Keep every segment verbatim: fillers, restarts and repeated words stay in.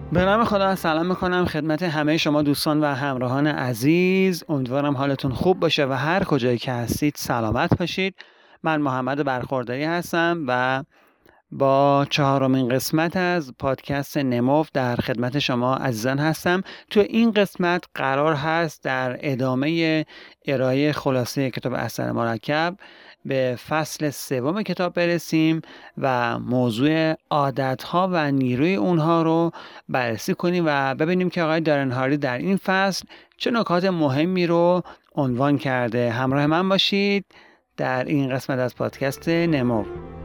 به نام خدا سلام میکنم خدمت همه شما دوستان و همراهان عزیز. امیدوارم حالتون خوب باشه و هر کجایی که هستید سلامت باشید. من محمد برخورداری هستم و با چهارمین قسمت از پادکست نموف در خدمت شما عزیزان هستم. تو این قسمت قرار هست در ادامه ارائه خلاصه کتاب اثر مرکب به فصل سوم کتاب برسیم و موضوع عادت‌ها و نیروی اونها رو بررسی کنیم و ببینیم که آقای دارن هاردی در این فصل چه نکات مهمی رو عنوان کرده. همراه من باشید در این قسمت از پادکست نمو.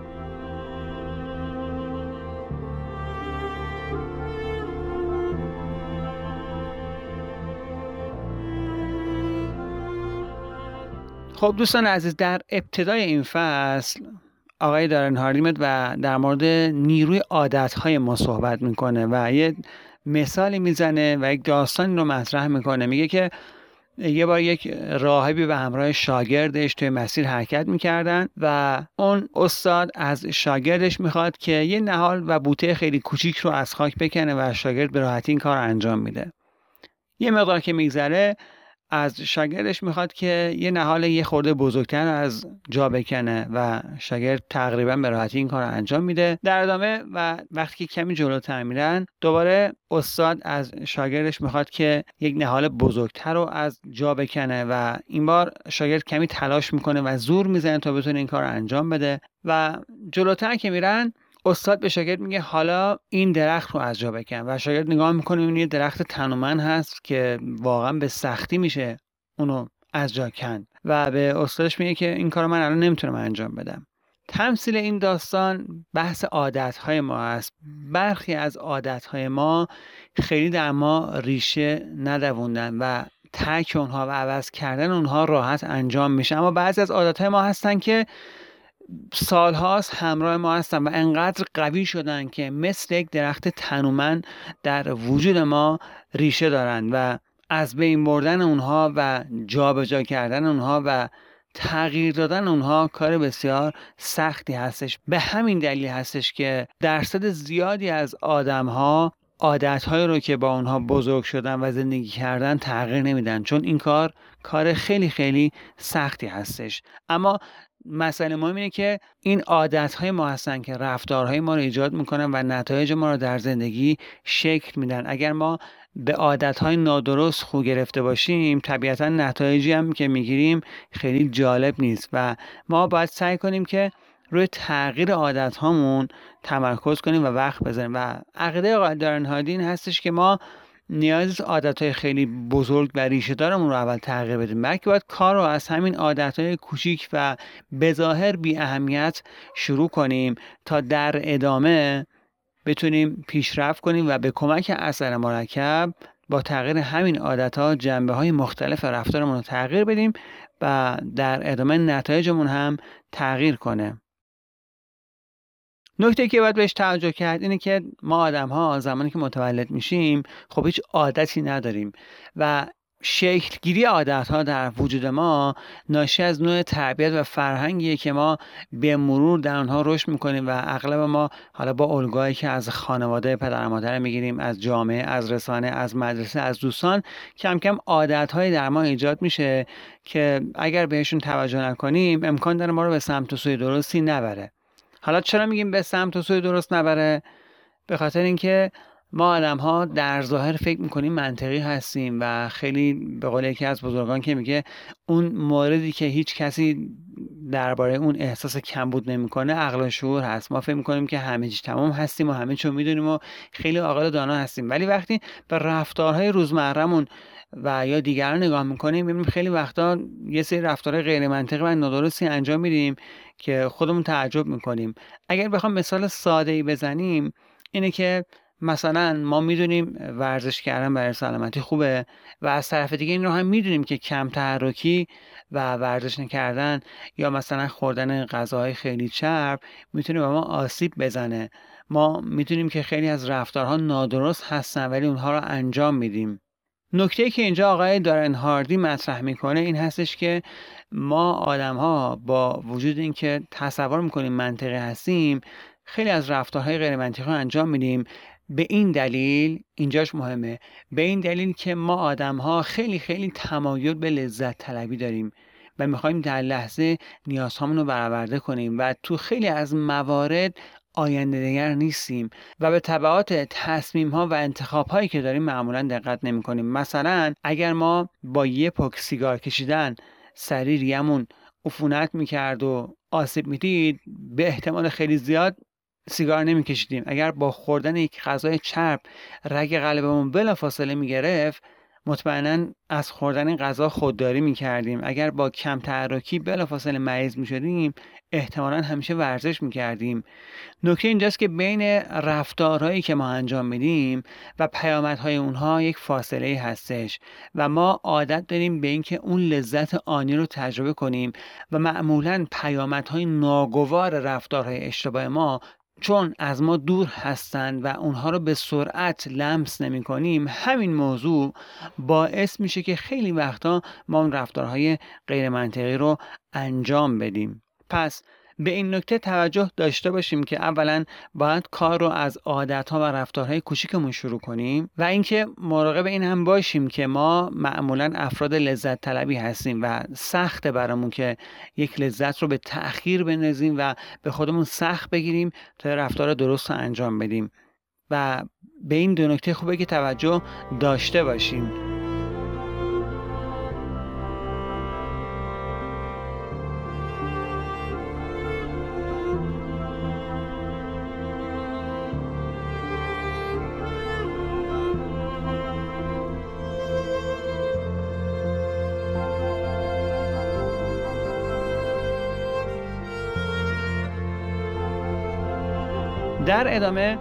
خب دوستان عزیز، در ابتدای این فصل آقای دارن هاردی میاد و در مورد نیروی عادت‌های ما صحبت میکنه و یه مثالی میزنه و یک داستانی رو مطرح میکنه. میگه که یه بار یک راهبی به همراه شاگردش توی مسیر حرکت میکردن و اون استاد از شاگردش میخواد که یه نهال و بوته خیلی کوچیک رو از خاک بکنه و شاگرد به راحتی این کار انجام میده. یه مقدار که میگذره از شاگردش میخواد که یه نهال یه خورده بزرگتر از جا بکنه و شاگرد تقریبا به راحتی این کار رو انجام میده. در ادامه و وقتی که کمی جلوتر میرن دوباره استاد از شاگردش میخواد که یک نهال بزرگتر رو از جا بکنه و این بار شاگرد کمی تلاش میکنه و زور میزنه تا بتونه این کار رو انجام بده و جلوتر که میرن استاد به شاگرد میگه حالا این درخت رو از جا بکن و شاگرد نگاه میکنه این یه درخت تنومند هست که واقعا به سختی میشه اونو از جا کن و به استادش میگه که این کارو من الان نمیتونم انجام بدم. تمثیل این داستان بحث عادتهای ما است. برخی از عادتهای ما خیلی در ما ریشه ندووندن و ترک اونها و عوض کردن اونها راحت انجام میشه، اما بعضی از عادتهای ما هستن که سالهاست همراه ما هستن و انقدر قوی شدن که مثل یک درخت تنومند در وجود ما ریشه دارن و از بین بردن اونها و جابجا کردن اونها و تغییر دادن اونها کار بسیار سختی هستش. به همین دلیل هستش که درصد زیادی از آدم‌ها عادت‌هایی رو که با اونها بزرگ شدن و زندگی کردن تغییر نمیدن، چون این کار کار خیلی خیلی سختی هستش. اما مسئله مهم اینه که این عادت‌های ما هستن که رفتارهای ما رو ایجاد میکنن و نتایج ما رو در زندگی شکل میدن. اگر ما به عادت‌های نادرست خو گرفته باشیم طبیعتاً نتایجی هم که میگیریم خیلی جالب نیست و ما باید سعی کنیم که روی تغییر عادت‌هامون تمرکز کنیم و وقت بذاریم و عقیده آقای دارن هاردی این هستش که ما نیاز عادت‌های خیلی بزرگ و ریشه دارمون رو اول تغییر بدیم، بلکه باید کار رو از همین عادت‌های کوچیک و بظاهر بی اهمیت شروع کنیم تا در ادامه بتونیم پیشرفت کنیم و به کمک اثر مرکب با تغییر همین عادت‌ها جنبه‌های مختلف رفتارمون رو تغییر بدیم و در ادامه نتایجمون هم تغییر کنه. نکته که باید بهش توجه کرد اینه که ما آدم‌ها زمانی که متولد میشیم خب هیچ عادتی نداریم و شکلگیری عادت‌ها در وجود ما ناشی از نوع تربیت و فرهنگیه که ما به مرور در اونها رشد میکنیم و اغلب ما حالا با الگوهایی که از خانواده پدر و مادر میگیریم، از جامعه، از رسانه، از مدرسه، از دوستان، کم کم عادت‌هایی در ما ایجاد میشه که اگر بهشون توجه نکنیم امکان داره ما رو به سمت و سوی درستی نبره. حالا چرا میگیم به سمت و سوی درست نبره؟ به خاطر اینکه ما آدم ها در ظاهر فکر میکنیم منطقی هستیم و خیلی به قول یکی از بزرگان که میگه اون موردی که هیچ کسی درباره اون احساس کمبود نمیکنه عقل و شعور هست. ما فکر میکنیم که همه چیز تمام هستیم و همه چیو میدونیم و خیلی عاقل و دانا هستیم، ولی وقتی به رفتارهای روزمرهمون و یا دیگران نگاه میکنیم میبینیم خیلی وقتا یه سری رفتارهای غیر منطقی و نادرستی انجام میدیم که خودمون تعجب میکنیم. اگر بخوام مثال ساده‌ای بزنیم اینه که مثلا ما میدونیم ورزش کردن برای سلامتی خوبه و از طرف دیگه این رو هم میدونیم که کم تحرکی و ورزش نکردن یا مثلا خوردن غذاهای خیلی چرب میتونه به ما آسیب بزنه. ما میدونیم که خیلی از رفتارها نادرست هستن ولی اونها رو انجام میدیم. نکته‌ای که اینجا آقای دارن هاردی مطرح میکنه این هستش که ما آدم‌ها با وجود اینکه تصور میکنیم منطقی هستیم خیلی از رفتارهای غیر منطقی رو انجام میدیم. به این دلیل، اینجاش مهمه، به این دلیل که ما آدم‌ها خیلی خیلی تمایل به لذت طلبی داریم و میخوایم در لحظه نیازهامون رو برآورده کنیم و تو خیلی از موارد آینده نگر نیستیم و به تبعات تصمیم ها و انتخاب هایی که داریم معمولا دقت نمی کنیم. مثلا اگر ما با یه پک سیگار کشیدن سری ریمون عفونت میکرد و آسیب میدید، به احتمال خیلی زیاد سیگار نمیکشیدیم. اگر با خوردن یک غذای چرب رگ قلبمون بلافاصله میگرفت، مطمئنا از خوردن این غذا خودداری میکردیم. اگر با کم تحرکی بلافاصله مریض میشدیم، احتمالا همیشه ورزش میکردیم. نکته اینجاست که بین رفتارهایی که ما انجام میدیم و پیامدهای اونها یک فاصله هستش و ما عادت داریم به اینکه اون لذت آنی رو تجربه کنیم و معمولا پیامدهای ناگوار رفتارهای اشتباه ما چون از ما دور هستند و اونها رو به سرعت لمس نمی کنیم، همین موضوع باعث میشه که خیلی وقتا ما اون رفتارهای غیر منطقی رو انجام بدیم. پس به این نکته توجه داشته باشیم که اولا باید کار رو از عادت‌ها و رفتارهای کوچیکمون شروع کنیم و اینکه مراقب این هم باشیم که ما معمولا افراد لذت طلبی هستیم و سخته برامون که یک لذت رو به تأخیر بندازیم و به خودمون سخت بگیریم تا رفتار درست رو انجام بدیم و به این دو نکته خوبه که توجه داشته باشیم. در ادامه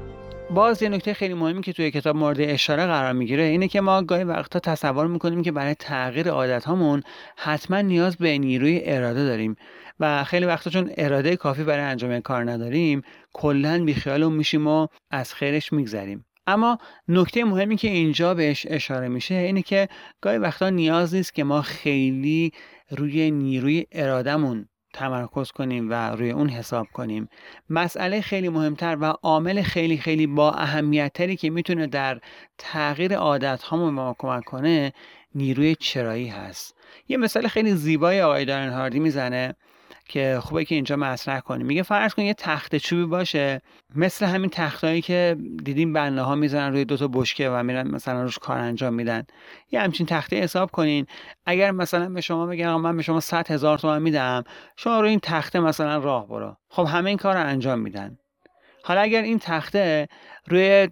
باز یه نکته خیلی مهمی که توی کتاب مورد اشاره قرار میگیره اینه که ما گاهی وقتا تصور میکنیم که برای تغییر عادت‌هامون حتما نیاز به نیروی اراده داریم و خیلی وقتا چون اراده کافی برای انجام کار نداریم کلاً بیخیال میشیم و از خیرش میگذریم. اما نکته مهمی که اینجا بهش اشاره میشه اینه که گاهی وقتا نیاز نیست که ما خیلی روی نیروی ارادهمون تمرکز کنیم و روی اون حساب کنیم. مسئله خیلی مهمتر و عامل خیلی خیلی با اهمیت تری که میتونه در تغییر عادت هامون به ما کمک کنه نیروی چرایی هست. یه مثال خیلی زیبای آقای دارن هاردی میزنه که خوبه که اینجا مطرح کنیم. میگه فرض کن یه تخت چوبی باشه مثل همین تختایی که دیدیم بناها میزنن روی دو تا بشکه و میرن مثلا روش کار انجام میدن. یه همچین تخته حساب کنین. اگر مثلا به شما بگم من به شما صد هزار تومان میدم، شما روی این تخته مثلا راه برو، خب همه این کار رو انجام میدن. حالا اگر این تخته روی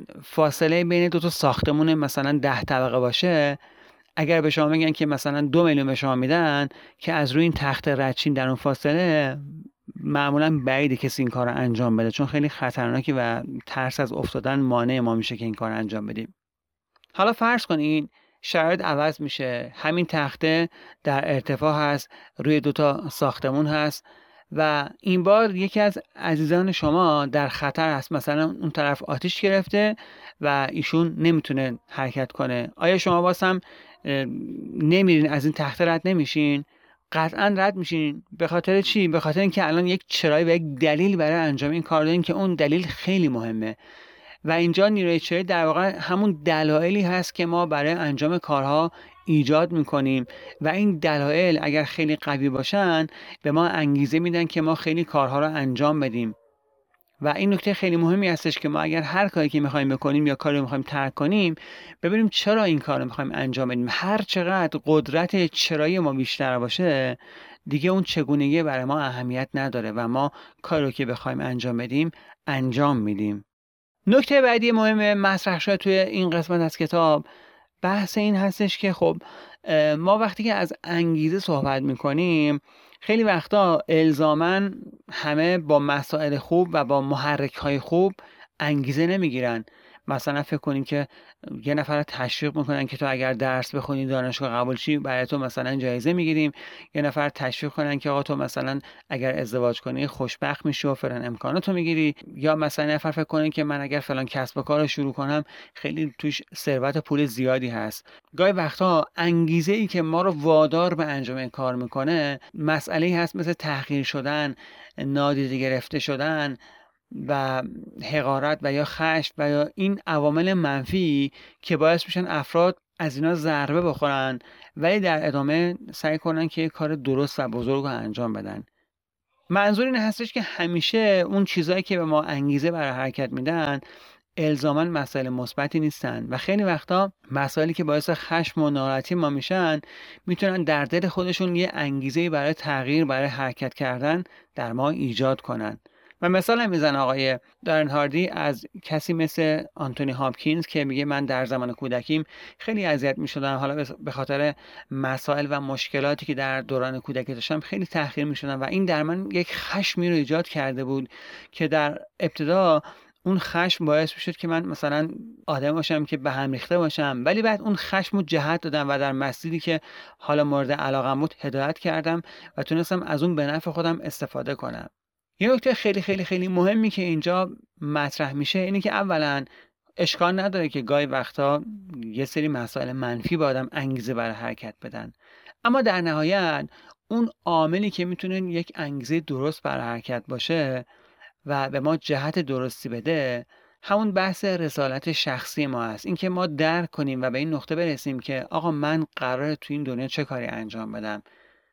فاصله بین دو تا ساختمون مثلا ده طبقه باشه، اگر به شما بگن که مثلا دو میلیون به شما میدن که از روی این تخت ردچین در اون فاصله، معمولا بعیده کسی این کار رو انجام بده چون خیلی خطرناکی و ترس از افتادن مانع ما میشه که این کار رو انجام بدیم. حالا فرض کنین شرایط عوض میشه، همین تخته در ارتفاع هست، روی دوتا ساختمون هست و این بار یکی از عزیزان شما در خطر هست، مثلا اون طرف آتیش گرفته و ایشون نمیتونه حرکت کنه. آیا شما باز هم نمیرین از این تخته رد نمیشین؟ قطعا رد میشین. به خاطر چی؟ به خاطر اینکه الان یک چرایی و یک دلیل برای انجام این کار دارین که اون دلیل خیلی مهمه و اینجا نیروی چرایی در واقع همون دلایلی هست که ما برای انجام کارها ایجاد میکنیم و این دلایل اگر خیلی قوی باشن به ما انگیزه میدن که ما خیلی کارها رو انجام بدیم. و این نکته خیلی مهمی هستش که ما اگر هر کاری که میخوایم بکنیم یا کاری رو میخوایم ترک کنیم، ببینیم چرا این کار رو میخوایم انجام بدیم. هر چقدر قدرت چرایی ما بیشتر باشه، دیگه اون چگونگی برای ما اهمیت نداره و ما کاری رو که بخوایم انجام بدیم انجام میدیم. نکته بعدی مهم مطرح شده توی این قسمت از کتاب بحث این هستش که خب ما وقتی که از انگیزه صحبت میکنیم خیلی وقتا الزاماً همه با مسائل خوب و با محرک های خوب انگیزه نمیگیرن. مثلا فکر کنیم که یه نفر رو تشویق میکنن که تو اگر درس بخونی دانشگاه قبول شی برای تو مثلا جایزه میگیریم، یه نفر تشویق کنن که آقا تو مثلا اگر ازدواج کنی خوشبخت میشی و فلان امکاناتو میگیری، یا مثلا نفر فکر کنه که من اگر فلان کسب و کار رو شروع کنم خیلی توش ثروت پول زیادی هست. گاهی وقتا انگیزه ای که ما رو وادار به انجام این کار میکنه مسئله هست مثل تحقیر شدن، نادیده گرفته شدن، و حقارت و یا خشم و یا این عوامل منفی که باعث میشن افراد از اینا ضربه بخورن ولی در ادامه سعی کنن که کار درست و بزرگ رو انجام بدن. منظور این هستش که همیشه اون چیزایی که به ما انگیزه برای حرکت میدن الزاماً مسائل مثبتی نیستن و خیلی وقتا مسائلی که باعث خشم و ناراحتی ما میشن میتونن در دل خودشون یه انگیزه برای تغییر، برای حرکت کردن در ما ایجاد کنن. و مثال میزنه آقای دارن هاردی از کسی مثل آنتونی هاپکینز که میگه من در زمان کودکیم خیلی اذیت میشدم، حالا به خاطر مسائل و مشکلاتی که در دوران کودکی داشتم خیلی تحقیر میشدم و این در من یک خشمی رو ایجاد کرده بود که در ابتدا اون خشم باعث میشد که من مثلا آدم باشم که به هم ریخته باشم، ولی بعد اون خشم رو جهت دادم و در مسیری که حالا مورد علاقم بود هدایت کردم و تونستم از اون به نفع خودم استفاده کنم. یه نکته خیلی خیلی خیلی مهمی که اینجا مطرح میشه اینه که اولا اشکال نداره که گاهی وقتا یه سری مسائل منفی به آدم انگیزه برای حرکت بدن، اما در نهایت اون عاملی که میتونه یک انگیزه درست برای حرکت باشه و به ما جهت درستی بده همون بحث رسالت شخصی ما هست. این که ما درک کنیم و به این نقطه برسیم که آقا من قراره تو این دنیا چه کاری انجام بدم،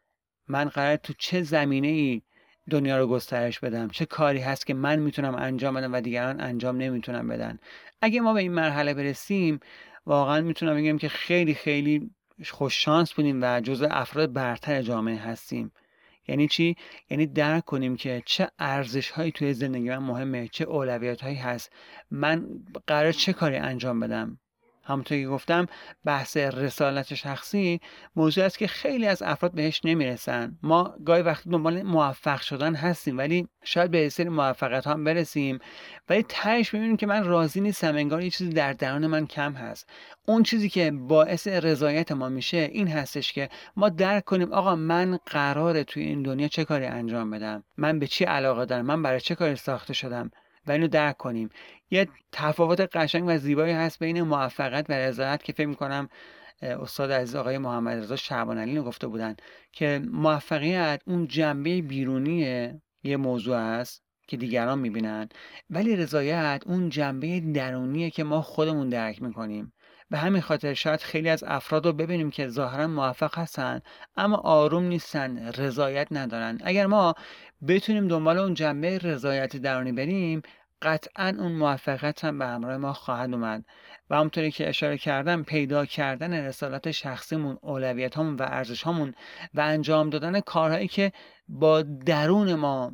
من قراره تو چه زمینه‌ای دنیا رو گسترش بدم، چه کاری هست که من میتونم انجام بدم و دیگران انجام نمیتونن بدن. اگه ما به این مرحله برسیم واقعا میتونم بگم که خیلی خیلی خوش شانس بودیم و جزو افراد برتر جامعه هستیم. یعنی چی؟ یعنی درک کنیم که چه ارزش هایی توی زندگی من مهمه، چه اولویت هایی هست، من قرار چه کاری انجام بدم. همونطور که گفتم بحث رسالت شخصی موضوع است که خیلی از افراد بهش نمیرسن. ما گاهی وقت دنبال موفق شدن هستیم ولی شاید به سری موفقیت هم برسیم ولی تهش ببینیم که من راضی نیستم، انگار یه چیزی در درون من کم هست. اون چیزی که باعث رضایت ما میشه این هستش که ما درک کنیم آقا من قراره توی این دنیا چه کاری انجام بدم، من به چی علاقه دارم، من برای چه کاری ساخته شدم و اینو درک کنیم. یه تفاوت قشنگ و زیبایی هست بین موفقیت و رضایت که فکر می‌کنم استاد عزیز آقای محمد رضا شعبانعلی گفته بودن که موفقیت اون جنبه بیرونی یه موضوع است که دیگران می‌بینن، ولی رضایت اون جنبه درونیه که ما خودمون درک می‌کنیم. به همین خاطر شاید خیلی از افراد رو ببینیم که ظاهرا موفق هستن اما آروم نیستن، رضایت ندارن. اگر ما بتونیم دنبال اون جنبه رضایت درونی بریم قطعا اون موفقیت هم به همراه ما خواهد اومد و همونطوری که اشاره کردم پیدا کردن رسالت شخصیمون، اولویت همون و ارزش همون و انجام دادن کارهایی که با درون ما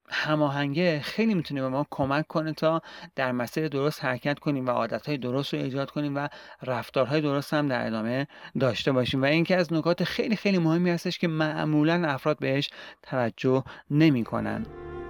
هماهنگه خیلی میتونه به ما کمک کنه تا در مسیر درست حرکت کنیم و عادتهای درست رو ایجاد کنیم و رفتارهای درست هم در ادامه داشته باشیم. و این که از نکات خیلی خیلی مهمی هستش که معمولا افراد بهش توجه نمی کنن.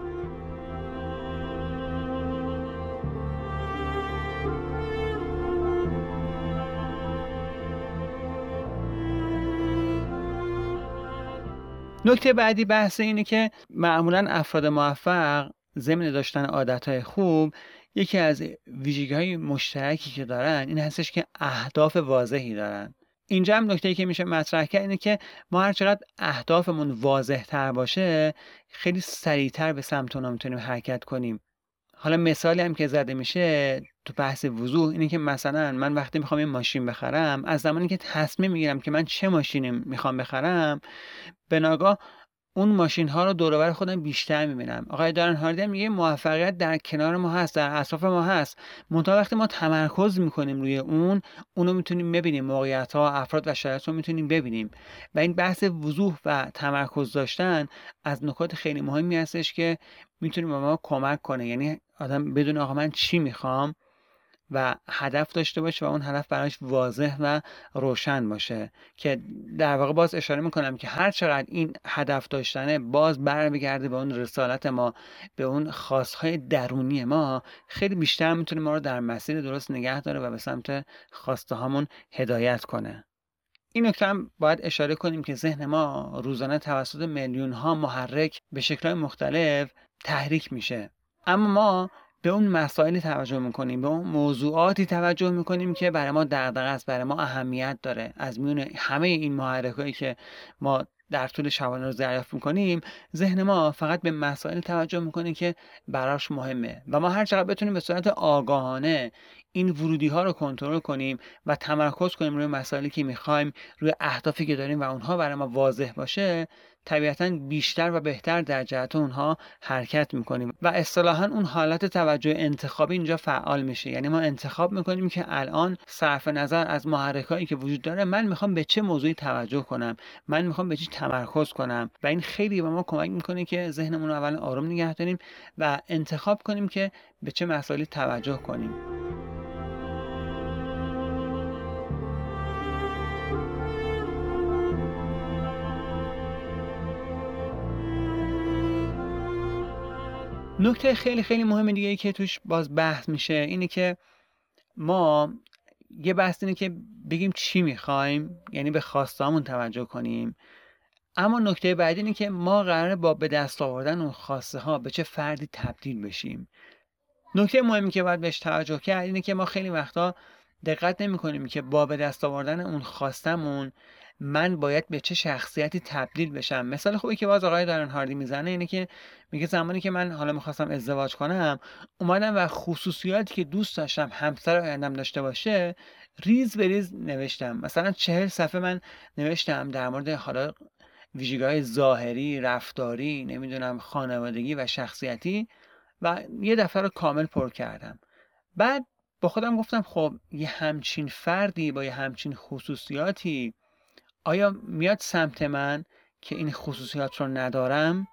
نکته بعدی بحث اینه که معمولا افراد موفق ضمن داشتن عادتهای خوب یکی از ویژگی‌های مشترکی که دارن این هستش که اهداف واضحی دارن. اینجا هم نکته‌ای که میشه مطرح کرد اینه که ما هر چقدر اهدافمون واضح‌تر باشه خیلی سریعتر به سمت اونها میتونیم حرکت کنیم. حالا مثالی هم که زده میشه تو بحث وضوح اینه که مثلا من وقتی میخوام یه ماشین بخرم از زمانی که تصمیم میگیرم که من چه ماشینی میخوام بخرم به ناگاه اون ماشین ها رو دور و بر خودم بیشتر میبینم. آقای دارن هاردی میگه موفقیت در کنار ما هست، در اطراف ما هست، منتها وقتی ما تمرکز میکنیم روی اون اونو میتونیم ببینیم، موقعیت ها، افراد و شرایط رو میتونیم ببینیم و این بحث وضوح و تمرکز داشتن از نکات خیلی مهمی هستش که میتونه به ما کمک کنه. یعنی آدم بدون آقا من چی میخوام و هدف داشته باشه و اون هدف براش واضح و روشن باشه که در واقع باز اشاره میکنم که هر چقدر این هدف داشتنه باز برمیگرده به اون رسالت ما، به اون خواستهای درونی ما، خیلی بیشتر میتونه ما رو در مسیر درست نگه داره و به سمت خواسته هامون هدایت کنه. این نکته هم باید اشاره کنیم که ذهن ما روزانه توسط میلیون ها محرک به شکل‌های مختلف تحریک میشه، اما ما به اون مسائلی توجه میکنیم، به اون موضوعاتی توجه میکنیم که برای ما دغدغه است، برای ما اهمیت داره. از میون همه این محرکایی که ما در طول شبانه روز دریافت میکنیم، ذهن ما فقط به مسائل توجه میکنه که براش مهمه و ما هر چقدر بتونیم به صورت آگاهانه این ورودی ها رو کنترل کنیم و تمرکز کنیم روی مسائلی که میخوایم، روی اهدافی که داریم و اونها برای ما واضح باشه، طبیعتاً بیشتر و بهتر در جهت اونها حرکت میکنیم و اصطلاحاً اون حالت توجه انتخابی اینجا فعال میشه. یعنی ما انتخاب میکنیم که الان صرف نظر از محرکایی که وجود داره، من میخوام به چه موضوعی توجه کنم، من میخوام به چی تمرکز کنم و این خیلی به ما کمک میکنه که ذهنمون رو اول آروم نگه داریم و انتخاب کنیم که به چه مسائلی توجه کنیم. نکته خیلی خیلی مهم دیگه ای که توش باز بحث میشه اینه که ما یه بحث اینه که بگیم چی میخوایم، یعنی به خواستهامون توجه کنیم. اما نکته بعدی اینه که ما قراره با به دست آوردن اون خواسته ها به چه فردی تبدیل بشیم. نکته مهمی که باید بهش توجه کرد اینه که ما خیلی وقتا دقت نمی کنیم که با به دست آوردن اون خواستمون من باید به چه شخصیتی تبدیل بشم. مثال خوبی که باز آقای دارن هاردی میزنه اینه که میگه زمانی که من حالا میخواستم ازدواج کنم، اومدم و خصوصیاتی که دوست داشتم همسر آیندم داشته باشه ریز به ریز نوشتم. مثلا چهل صفحه من نوشتم در مورد حالا ویژگی‌های ظاهری، رفتاری، نمیدونم خانوادگی و شخصیتی و یه دفعه رو کامل پر کردم. بعد با خودم گفتم خب یه همچین فردی با یه همچین خصوصیاتی آیا میاد سمت من که این خصوصیات رو ندارم؟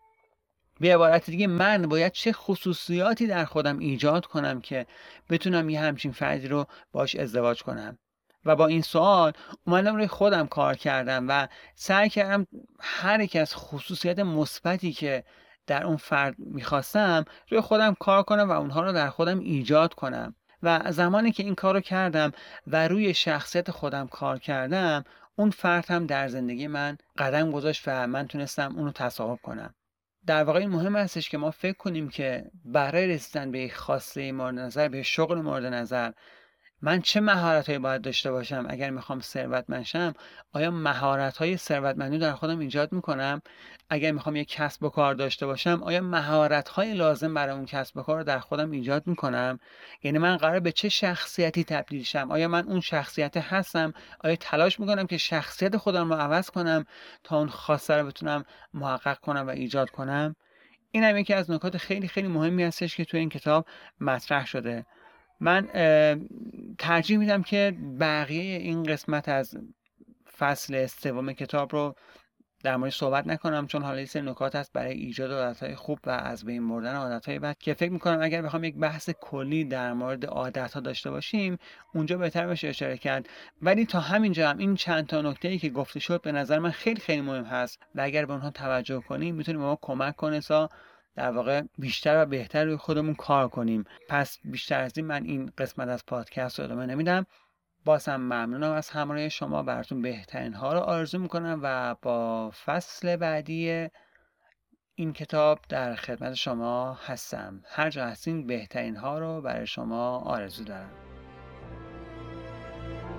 به عبارت دیگه من باید چه خصوصیاتی در خودم ایجاد کنم که بتونم یه همچین فردی رو باش ازدواج کنم؟ و با این سوال اومدم روی خودم کار کردم و سعی کردم هر یک از خصوصیات مثبتی که در اون فرد میخواستم روی خودم کار کنم و اونها رو در خودم ایجاد کنم. و زمانی که این کار رو کردم و روی شخصیت خودم کار کردم، اون فرد هم در زندگی من قدم گذاشت و من تونستم اونو تصاحب کنم. در واقع این مهم هستش که ما فکر کنیم که برای رسیدن به یک خواسته مورد نظر، به شغل مورد نظر، من چه مهارت‌هایی باید داشته باشم اگر میخوام ثروتمند شم؟ آیا مهارت‌های ثروتمندی در خودم ایجاد میکنم؟ اگر میخوام یک کسب و کار داشته باشم، آیا مهارت‌های لازم برای اون کسب و کار رو در خودم ایجاد میکنم؟ یعنی من قراره به چه شخصیتی تبدیل شم؟ آیا من اون شخصیت هستم؟ آیا تلاش میکنم که شخصیت خودم رو عوض کنم تا اون خواسته رو بتونم محقق کنم و ایجاد کنم؟ این هم یکی از نکات خیلی خیلی مهمی هستش که توی این کتاب مطرح شده. من ترجیح میدم که بقیه این قسمت از فصل سوم کتاب رو در مورد صحبت نکنم، چون حالا یه سری نکات هست برای ایجاد عادتهای خوب و از بین بردن عادتهای بد که فکر میکنم اگر بخوام یک بحث کلی در مورد عادتها داشته باشیم اونجا بهتر بشه اشاره کرد. ولی تا همینجا هم این چند تا نکته‌ای که گفته شد به نظر من خیلی خیلی مهم هست و اگر به اونها توجه کنیم میتونه به ما کمک کنه تا در واقع بیشتر و بهتر روی خودمون کار کنیم. پس بیشتر از این من این قسمت از پادکست رو ادامه نمیدم. بازم ممنونم از همراهی شما، براتون بهترین ها رو آرزو میکنم و با فصل بعدی این کتاب در خدمت شما هستم. هر جا هستین بهترین ها رو برای شما آرزو دارم.